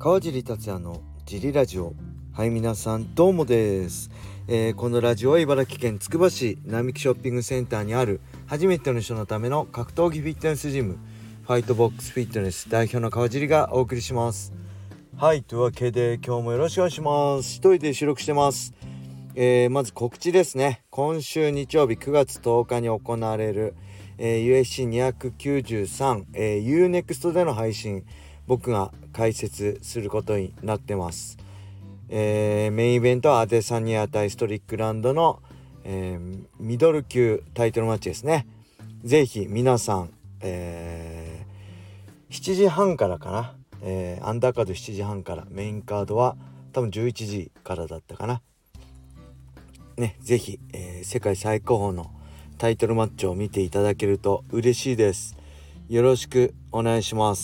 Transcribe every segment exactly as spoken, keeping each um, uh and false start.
川尻達也のジリラジオ。はい、皆さんどうもです、えー、このラジオは茨城県つくば市並木ショッピングセンターにある初めての人のための格闘技フィットネスジム、ファイトボックスフィットネス代表の川尻がお送りします。はい、というわけで今日もよろしくお願いします。一人で収録してます。えー、まず告知ですね。今週日曜日くがつとおかに行われる、えー、ユーエフシーにひゃくきゅうじゅうさん、えー、ユーネクスト での配信、僕が解説することになってます。えー、メインイベントはアデサニア対ストリックランドの、えー、ミドル級タイトルマッチですね。ぜひ皆さん、えー、しちじはんからかな、えー、アンダーカードしちじはんから、メインカードは多分じゅういちじからだったかなね、ぜひ、えー、世界最高峰のタイトルマッチを見ていただけると嬉しいです。よろしくお願いします。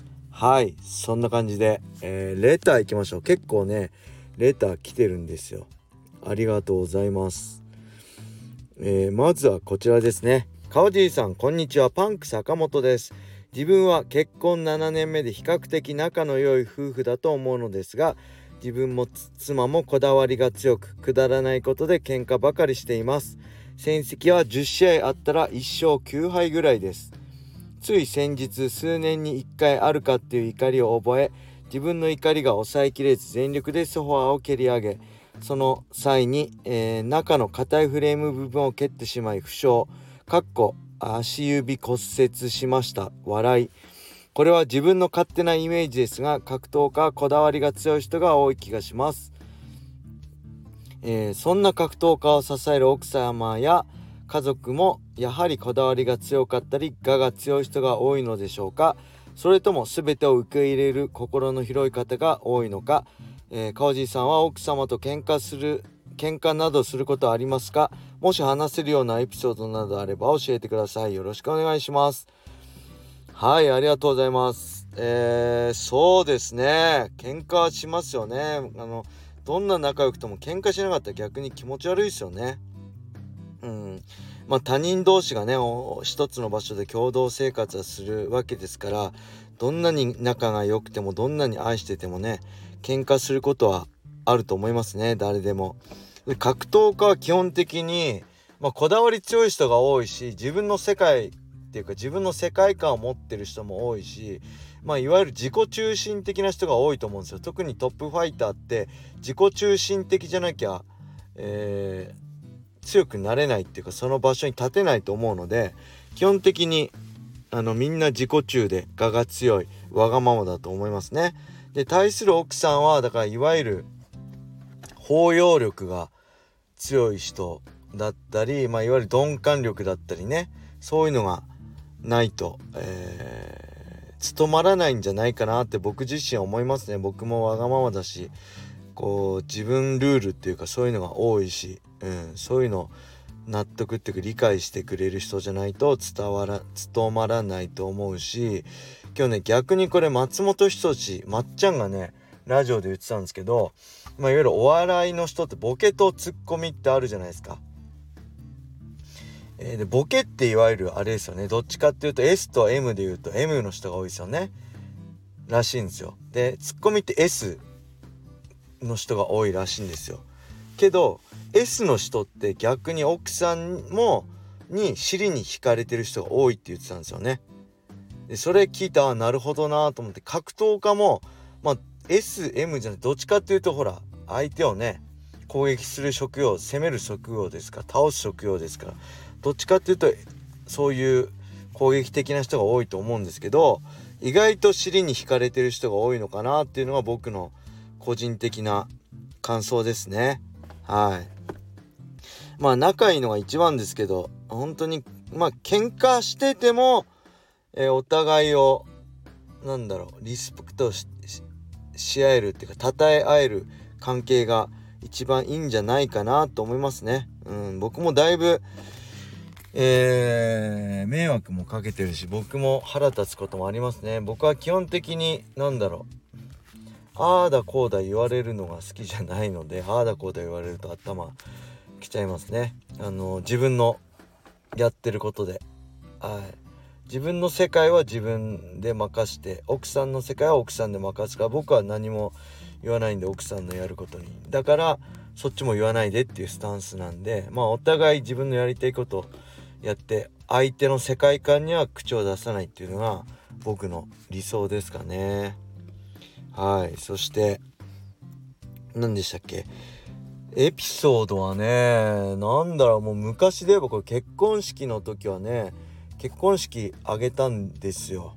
はい、そんな感じで、えー、レター行きましょう。結構ねレター来てるんですよ。ありがとうございます。えー、まずはこちらですね。川尻さんこんにちは、パンク坂本です。自分は結婚ななねんめで比較的仲の良い夫婦だと思うのですが、自分も妻もこだわりが強く、くだらないことで喧嘩ばかりしています。戦績はじゅっしあいあったらいっしょうきゅうはいぐらいです。つい先日、数年にいっかいあるかっていう怒りを覚え、自分の怒りが抑えきれず全力でソファーを蹴り上げ、その際に、えー、中の硬いフレーム部分を蹴ってしまい負傷、かっこ足指骨折しました。笑い。これは自分の勝手なイメージですが、格闘家はこだわりが強い人が多い気がします。えー、そんな格闘家を支える奥様や家族もやはりこだわりが強かったり我が強い人が多いのでしょうか。それとも全てを受け入れる心の広い方が多いのか。えー、川尻さんは奥様と喧嘩する喧嘩などすることはありますか？もし話せるようなエピソードなどあれば教えてください。よろしくお願いします。はい、ありがとうございます。えー、そうですね、喧嘩しますよね。あのどんな仲良くとも喧嘩しなかったら逆に気持ち悪いですよね。うん、まあ他人同士がね一つの場所で共同生活をするわけですから、どんなに仲が良くてもどんなに愛しててもね喧嘩することはあると思いますね、誰でも。で格闘家は基本的に、まあ、こだわり強い人が多いし、自分の世界っていうか自分の世界観を持ってる人も多いし、まあいわゆる自己中心的な人が多いと思うんですよ。特にトップファイターって自己中心的じゃなきゃ、えー、強くなれないっていうか、その場所に立てないと思うので、基本的にあのみんな自己中で我が強いわがままだと思いますね。で対する奥さんはだからいわゆる包容力が強い人だったり、まあ、いわゆる鈍感力だったりね、そういうのがないと、えー、務まらないんじゃないかなって僕自身は思いますね。僕もわがままだし、こう自分ルールっていうかそういうのが多いし、うん、そういうの納得っていうか理解してくれる人じゃないと伝わら務まらないと思うし、今日ね逆にこれ松本人志まっちゃんがねラジオで言ってたんですけど、まあ、いわゆるお笑いの人ってボケとツッコミってあるじゃないですか。えー、でボケっていわゆるあれですよね、どっちかっていうと エス と エム で言うと エム の人が多いですよねらしいんですよ。でツッコミって エス の人が多いらしいんですよ。けど エス の人って逆に奥さんもに尻に惹かれてる人が多いって言ってたんですよね。でそれ聞いたらなるほどなと思って、格闘家もまあ エス、エム じゃないどっちかっていうとほら相手をね攻撃する職業、攻める職業ですから、倒す職業ですから、どっちかっていうとそういう攻撃的な人が多いと思うんですけど、意外と尻に惹かれてる人が多いのかなっていうのが僕の個人的な感想ですね。はい。まあ仲いいのが一番ですけど、本当にまあ喧嘩してても、えー、お互いをなんだろうリスペクト し, し合えるっていうか称え合える関係が一番いいんじゃないかなと思いますね。うん、僕もだいぶ、えー、迷惑もかけてるし、僕も腹立つこともありますね。僕は基本的になんだろうああだこうだ言われるのが好きじゃないので、ああだこうだ言われると頭きちゃいますね。あの自分のやってることで、はい、 自分の世界は自分で任して、奥さんの世界は奥さんで任すから、僕は何も言わないんで、奥さんのやることに、だからそっちも言わないでっていうスタンスなんで、まあお互い自分のやりたいことをやって、相手の世界観には口を出さないっていうのが僕の理想ですかね。はい。そして何でしたっけ、エピソードはね、なんだろう、もう昔で言えばこれ結婚式の時はね、結婚式あげたんですよ。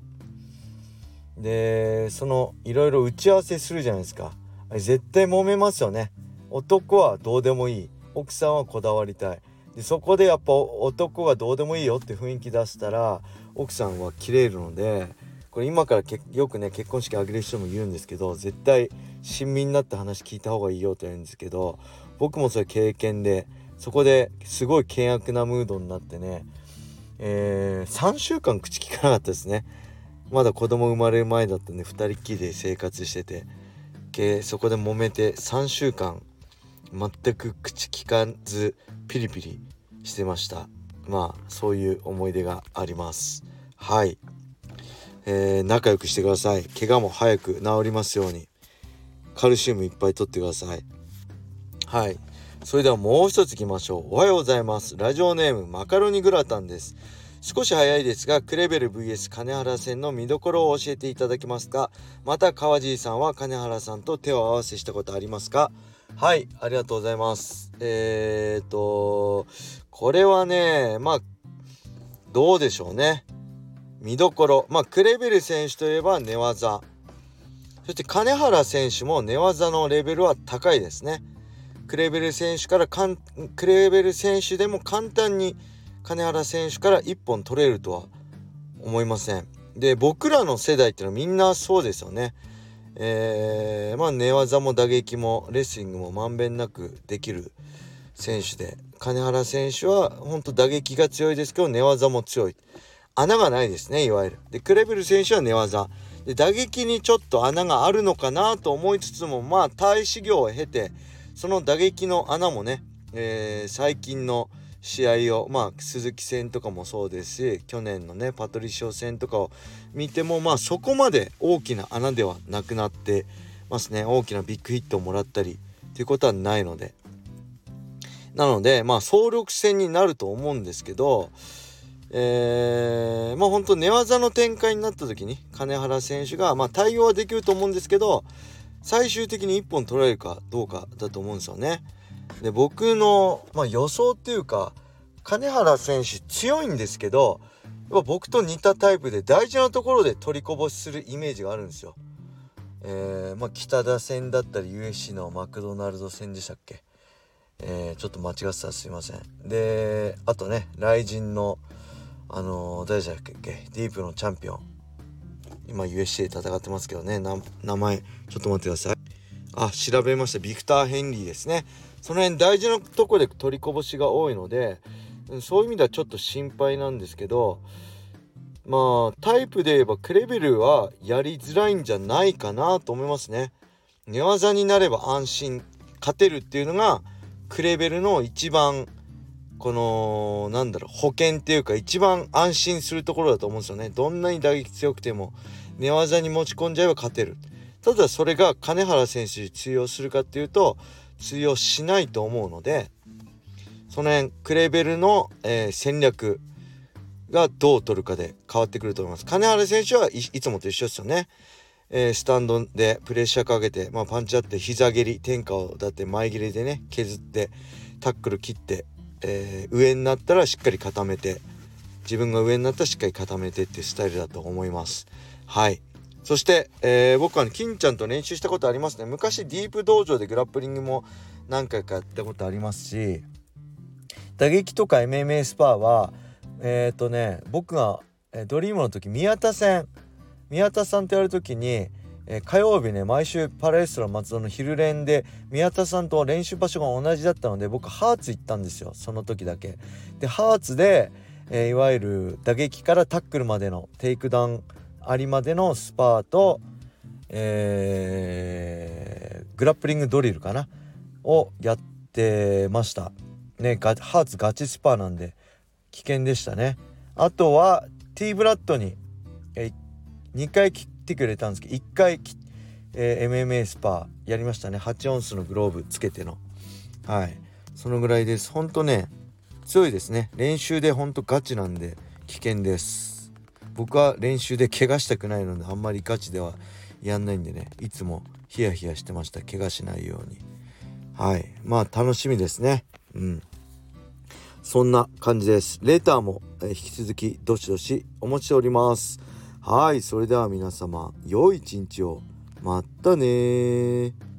でそのいろいろ打ち合わせするじゃないですか。あれ絶対揉めますよね。男はどうでもいい、奥さんはこだわりたい。でそこでやっぱ男がどうでもいいよって雰囲気出したら奥さんは切れるので、これ今からけよくね結婚式あげる人も言うんですけど、絶対親身になって話聞いた方がいいよって言うんですけど、僕もそれ経験で、そこですごい険悪なムードになってね、えー、さんしゅうかん口聞かなかったですね。まだ子供生まれる前だったんでふたりっきりで生活してて、けそこで揉めてさんしゅうかん全く口聞かずピリピリしてました。まあそういう思い出があります。はい、えー、仲良くしてください。怪我も早く治りますように。カルシウムいっぱい取ってください。はい、それではもう一ついきましょう。おはようございます。ラジオネームマカロニグラタンです。少し早いですが、クレベル ブイエス 金原戦の見どころを教えていただけますか。また川尻さんは金原さんと手を合わせしたことありますか。はい、ありがとうございます。えーとこれはね、まあどうでしょうね。見どころ、まあクレベル選手といえば寝技、そして金原選手も寝技のレベルは高いですね。クレベル選手からかんクレベル選手でも簡単に金原選手からいっぽん取れるとは思いません。で僕らの世代ってのはみんなそうですよね。えー、まあ寝技も打撃もレスリングもまんべんなくできる選手で、金原選手は本当打撃が強いですけど寝技も強い、穴がないですねいわゆる。でクレベル選手は寝技で打撃にちょっと穴があるのかなと思いつつも、まあ大修行を経てその打撃の穴もね、えー、最近の試合をまあ鈴木戦とかもそうですし、去年のねパトリシオ戦とかを見ても、まあそこまで大きな穴ではなくなってますね。大きなビッグヒットをもらったりということはないので、なのでまあ総力戦になると思うんですけど、えー、まあ本当寝技の展開になった時に金原選手がまあ対応はできると思うんですけど、最終的にいっぽん取られるかどうかだと思うんですよね。で僕の、まあ、予想っていうか、金原選手強いんですけど、やっぱ僕と似たタイプで大事なところで取りこぼしするイメージがあるんですよ。えー、まあ北田戦だったり ユーエフシー のマクドナルド戦でしたっけ、えー、ちょっと間違ってたらすいません。であとね雷神のあのー、誰でしたっけ、ディープのチャンピオン、今 ユーエフシー で戦ってますけどね、な名前ちょっと待ってください。あ、調べました。ビクター・ヘンリーですね。その辺大事なところで取りこぼしが多いので、そういう意味ではちょっと心配なんですけど、まあタイプで言えばクレベルはやりづらいんじゃないかなと思いますね。寝技になれば安心勝てるっていうのがクレベルの一番このなんだろう保険っていうか一番安心するところだと思うんですよね。どんなに打撃強くても寝技に持ち込んじゃえば勝てる。ただそれが金原選手に通用するかっていうと通用しないと思うので、その辺クレベルの、えー、戦略がどう取るかで変わってくると思います。金原選手はい、いつもと一緒ですよね。えー、スタンドでプレッシャーかけて、まあ、パンチあって膝蹴り天下をだって前蹴りでね削ってタックル切って、えー、上になったらしっかり固めて、自分が上になったらしっかり固めてっていうスタイルだと思います。はい。そして、えー、僕は、ね、金ちゃんと練習したことありますね。昔ディープ道場でグラップリングも何回かやったことありますし、打撃とか エムエムエー スパーはえっ、ー、とね僕が、えー、ドリームの時宮田戦宮田さんとやる時に、えー、火曜日ね毎週パラエストラ松戸の昼練で宮田さんと練習場所が同じだったので、僕ハーツ行ったんですよその時だけで。ハーツで、えー、いわゆる打撃からタックルまでのテイクダウンありまでのスパーと、えー、グラップリングドリルかなをやってましたね。ハーツガチスパーなんで危険でしたね。あとは T ブラッドに、えー、にかい切ってくれたんですけどいっかい、えー、エムエムエー スパーやりましたね。はちオンスのグローブつけての、はい、そのぐらいです。ほんとね強いですね。練習でほんとガチなんで危険です。僕は練習で怪我したくないのであんまりガチではやんないんでね、いつもヒヤヒヤしてました。怪我しないように。はい、まあ楽しみですね。うんそんな感じです。レターも、えー、引き続きどしどしお待ちしております。はい、それでは皆様良い一日を。またねー。